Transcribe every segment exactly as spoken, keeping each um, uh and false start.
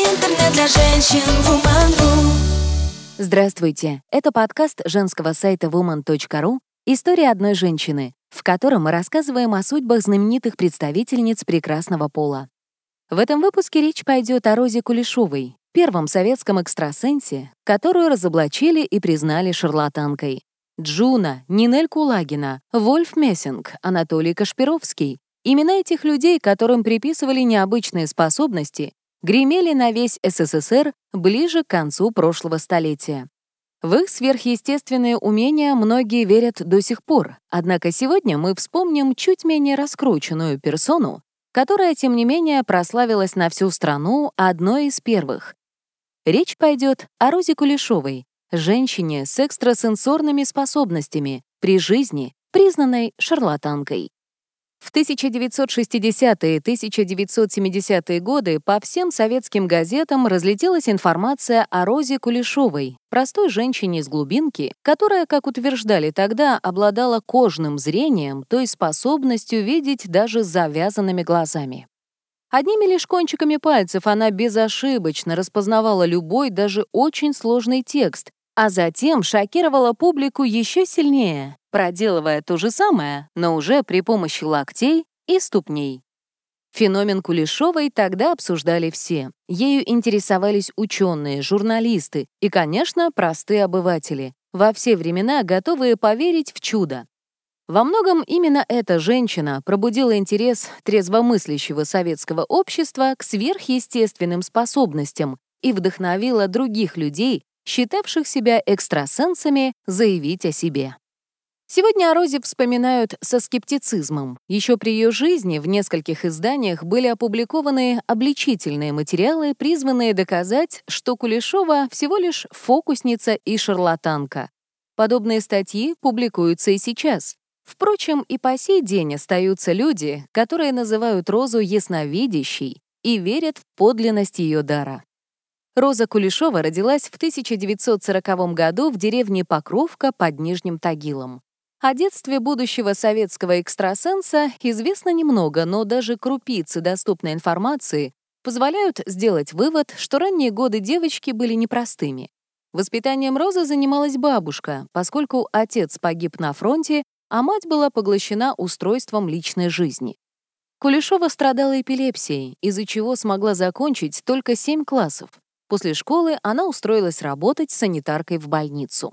Интернет для женщин Woman.ру. Здравствуйте! Это подкаст женского сайта woman точка ру «История одной женщины», в котором мы рассказываем о судьбах знаменитых представительниц прекрасного пола. В этом выпуске речь пойдет о Розе Кулешовой, первом советском экстрасенсе, которую разоблачили и признали шарлатанкой. Джуна, Нинель Кулагина, Вольф Мессинг, Анатолий Кашпировский. Имена этих людей, которым приписывали необычные способности, гремели на весь эс эс эс эр ближе к концу прошлого столетия. В их сверхъестественные умения многие верят до сих пор, однако сегодня мы вспомним чуть менее раскрученную персону, которая, тем не менее, прославилась на всю страну одной из первых. Речь пойдет о Розе Кулешовой, женщине с экстрасенсорными способностями, при жизни признанной шарлатанкой. В тысяча девятьсот шестидесятые — тысяча девятьсот семидесятые годы по всем советским газетам разлетелась информация о Розе Кулешовой, простой женщине из глубинки, которая, как утверждали тогда, обладала кожным зрением, то есть способностью видеть даже с завязанными глазами. Одними лишь кончиками пальцев она безошибочно распознавала любой, даже очень сложный текст, а затем шокировала публику еще сильнее, проделывая то же самое, но уже при помощи локтей и ступней. Феномен Кулешовой тогда обсуждали все. Ею интересовались ученые, журналисты и, конечно, простые обыватели, во все времена готовые поверить в чудо. Во многом именно эта женщина пробудила интерес трезвомыслящего советского общества к сверхъестественным способностям и вдохновила других людей, считавших себя экстрасенсами, заявить о себе. Сегодня о Розе вспоминают со скептицизмом. Еще при ее жизни в нескольких изданиях были опубликованы обличительные материалы, призванные доказать, что Кулешова всего лишь фокусница и шарлатанка. Подобные статьи публикуются и сейчас. Впрочем, и по сей день остаются люди, которые называют Розу ясновидящей и верят в подлинность ее дара. Роза Кулешова родилась в тысяча девятьсот сороковом году в деревне Покровка под Нижним Тагилом. О детстве будущего советского экстрасенса известно немного, но даже крупицы доступной информации позволяют сделать вывод, что ранние годы девочки были непростыми. Воспитанием Розы занималась бабушка, поскольку отец погиб на фронте, а мать была поглощена устройством личной жизни. Кулешова страдала эпилепсией, из-за чего смогла закончить только семь классов. После школы она устроилась работать санитаркой в больницу.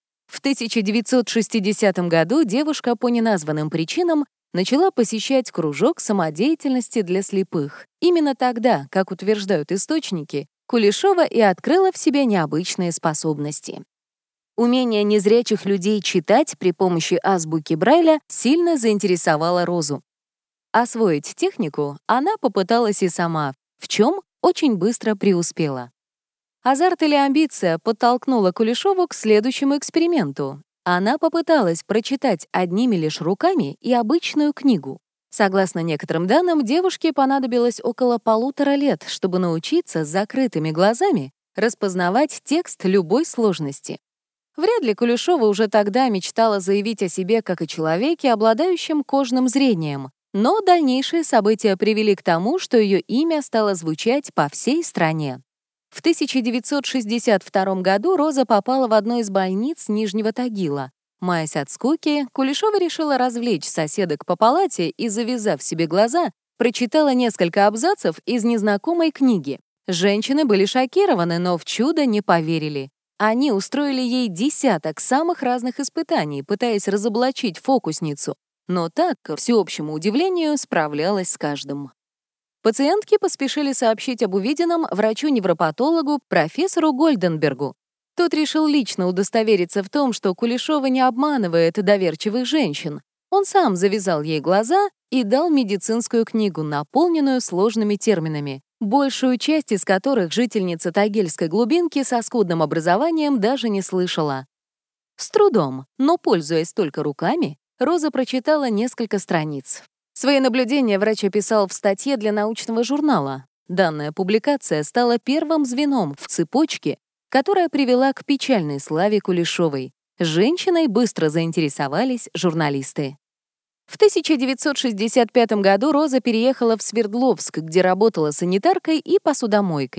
В тысяча девятьсот шестидесятом году девушка по неназванным причинам начала посещать кружок самодеятельности для слепых. Именно тогда, как утверждают источники, Кулешова и открыла в себе необычные способности. Умение незрячих людей читать при помощи азбуки Брайля сильно заинтересовало Розу. Освоить технику она попыталась и сама, в чем очень быстро преуспела. Азарт или амбиция подтолкнула Кулешову к следующему эксперименту. Она попыталась прочитать одними лишь руками и обычную книгу. Согласно некоторым данным, девушке понадобилось около полутора лет, чтобы научиться с закрытыми глазами распознавать текст любой сложности. Вряд ли Кулешова уже тогда мечтала заявить о себе как о человеке, обладающем кожным зрением, но дальнейшие события привели к тому, что ее имя стало звучать по всей стране. В тысяча девятьсот шестьдесят втором году Роза попала в одну из больниц Нижнего Тагила. Маясь от скуки, Кулешова решила развлечь соседок по палате и, завязав себе глаза, прочитала несколько абзацев из незнакомой книги. Женщины были шокированы, но в чудо не поверили. Они устроили ей десяток самых разных испытаний, пытаясь разоблачить фокусницу, но так, ко всеобщему удивлению, справлялась с каждым. Пациентки поспешили сообщить об увиденном врачу-невропатологу профессору Гольденбергу. Тот решил лично удостовериться в том, что Кулешова не обманывает доверчивых женщин. Он сам завязал ей глаза и дал медицинскую книгу, наполненную сложными терминами, большую часть из которых жительница тагильской глубинки со скудным образованием даже не слышала. С трудом, но пользуясь только руками, Роза прочитала несколько страниц. Свои наблюдения врач описал в статье для научного журнала. Данная публикация стала первым звеном в цепочке, которая привела к печальной славе Кулешовой. Женщиной быстро заинтересовались журналисты. В тысяча девятьсот шестьдесят пятом году Роза переехала в Свердловск, где работала санитаркой и посудомойкой.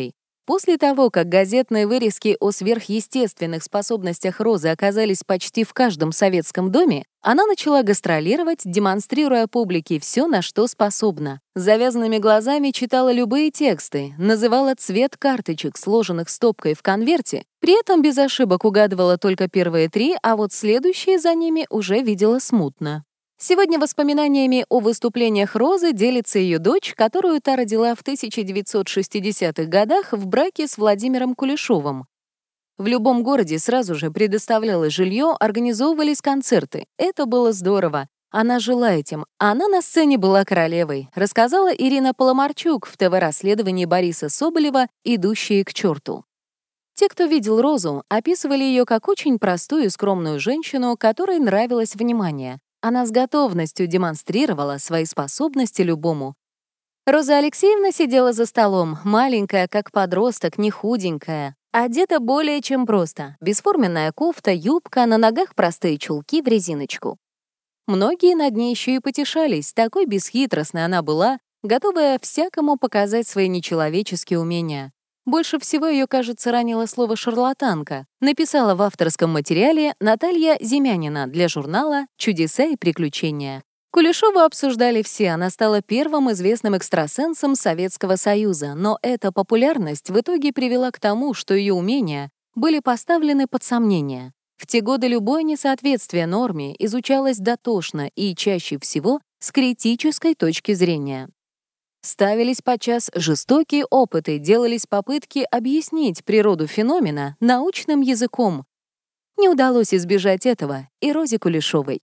После того, как газетные вырезки о сверхъестественных способностях Розы оказались почти в каждом советском доме, она начала гастролировать, демонстрируя публике все, на что способна. С завязанными глазами читала любые тексты, называла цвет карточек, сложенных стопкой в конверте, при этом без ошибок угадывала только первые три, а вот следующие за ними уже видела смутно. Сегодня воспоминаниями о выступлениях Розы делится ее дочь, которую та родила в тысяча девятьсот шестидесятых годах в браке с Владимиром Кулешовым. В любом городе сразу же предоставлялось жилье, организовывались концерты. Это было здорово. Она жила этим. Она на сцене была королевой, рассказала Ирина Поломарчук в ТВ-расследовании Бориса Соболева «Идущие к черту». Те, кто видел Розу, описывали ее как очень простую и скромную женщину, которой нравилось внимание. Она с готовностью демонстрировала свои способности любому. Роза Алексеевна сидела за столом, маленькая, как подросток, не худенькая, одета более чем просто. Бесформенная кофта, юбка, на ногах простые чулки в резиночку. Многие над ней еще и потешались, такой бесхитростной она была, готовая всякому показать свои нечеловеческие умения. Больше всего ее, кажется, ранило слово «шарлатанка», написала в авторском материале Наталья Земянина для журнала «Чудеса и приключения». Кулешову обсуждали все, она стала первым известным экстрасенсом Советского Союза, но эта популярность в итоге привела к тому, что ее умения были поставлены под сомнение. В те годы любое несоответствие норме изучалось дотошно и чаще всего с критической точки зрения. Ставились подчас жестокие опыты, делались попытки объяснить природу феномена научным языком. Не удалось избежать этого и Розе Кулешовой.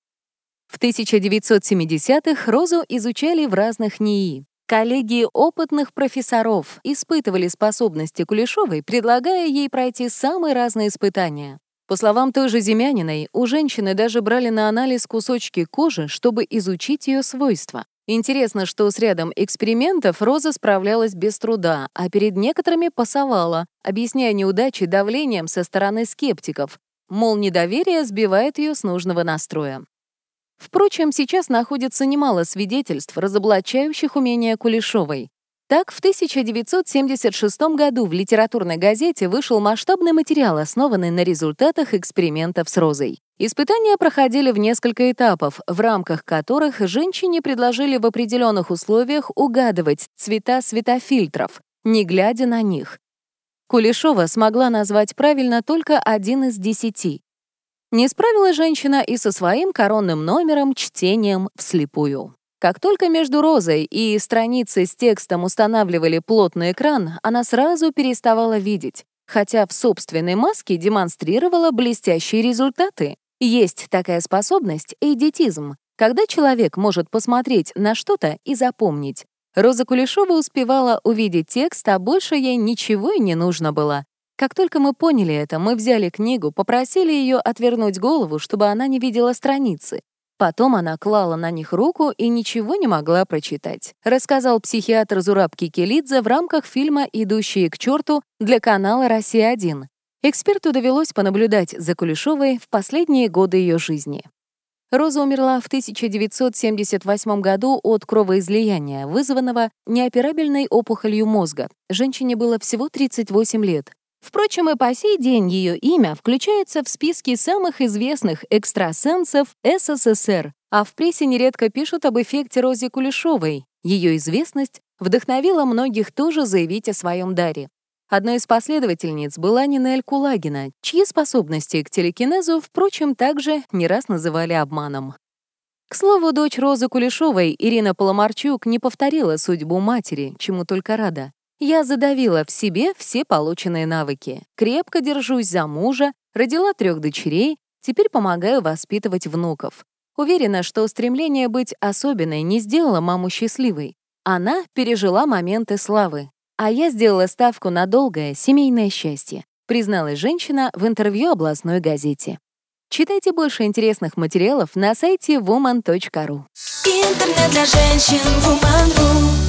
В тысяча девятьсот семидесятых Розу изучали в разных НИИ. Коллеги опытных профессоров испытывали способности Кулешовой, предлагая ей пройти самые разные испытания. По словам той же Земяниной, у женщины даже брали на анализ кусочки кожи, чтобы изучить ее свойства. Интересно, что с рядом экспериментов Роза справлялась без труда, а перед некоторыми пасовала, объясняя неудачи давлением со стороны скептиков, мол, недоверие сбивает ее с нужного настроя. Впрочем, сейчас находится немало свидетельств, разоблачающих умения Кулешовой. Так, в тысяча девятьсот семьдесят шестом году в литературной газете вышел масштабный материал, основанный на результатах экспериментов с Розой. Испытания проходили в несколько этапов, в рамках которых женщине предложили в определенных условиях угадывать цвета светофильтров, не глядя на них. Кулешова смогла назвать правильно только один из десяти. Не справилась женщина и со своим коронным номером чтением вслепую. Как только между Розой и страницей с текстом устанавливали плотный экран, она сразу переставала видеть, хотя в собственной маске демонстрировала блестящие результаты. Есть такая способность — эйдетизм, когда человек может посмотреть на что-то и запомнить. Роза Кулешова успевала увидеть текст, а больше ей ничего и не нужно было. Как только мы поняли это, мы взяли книгу, попросили ее отвернуть голову, чтобы она не видела страницы. Потом она клала на них руку и ничего не могла прочитать, рассказал психиатр Зураб Кикелидзе в рамках фильма «Идущие к черту» для канала «Россия один». Эксперту довелось понаблюдать за Кулешовой в последние годы ее жизни. Роза умерла в тысяча девятьсот семьдесят восьмом году от кровоизлияния, вызванного неоперабельной опухолью мозга. Женщине было всего тридцать восемь лет. Впрочем, и по сей день ее имя включается в списки самых известных экстрасенсов СССР, а в прессе нередко пишут об эффекте Розы Кулешовой. Ее известность вдохновила многих тоже заявить о своем даре. Одной из последовательниц была Нинель Кулагина, чьи способности к телекинезу, впрочем, также не раз называли обманом. К слову, дочь Розы Кулешовой, Ирина Поломарчук, не повторила судьбу матери, чему только рада. «Я задавила в себе все полученные навыки. Крепко держусь за мужа, родила трех дочерей, теперь помогаю воспитывать внуков. Уверена, что стремление быть особенной не сделало маму счастливой. Она пережила моменты славы. А я сделала ставку на долгое семейное счастье», призналась женщина в интервью областной газете. Читайте больше интересных материалов на сайте вуман точка ру. Интернет для женщин woman точка ру.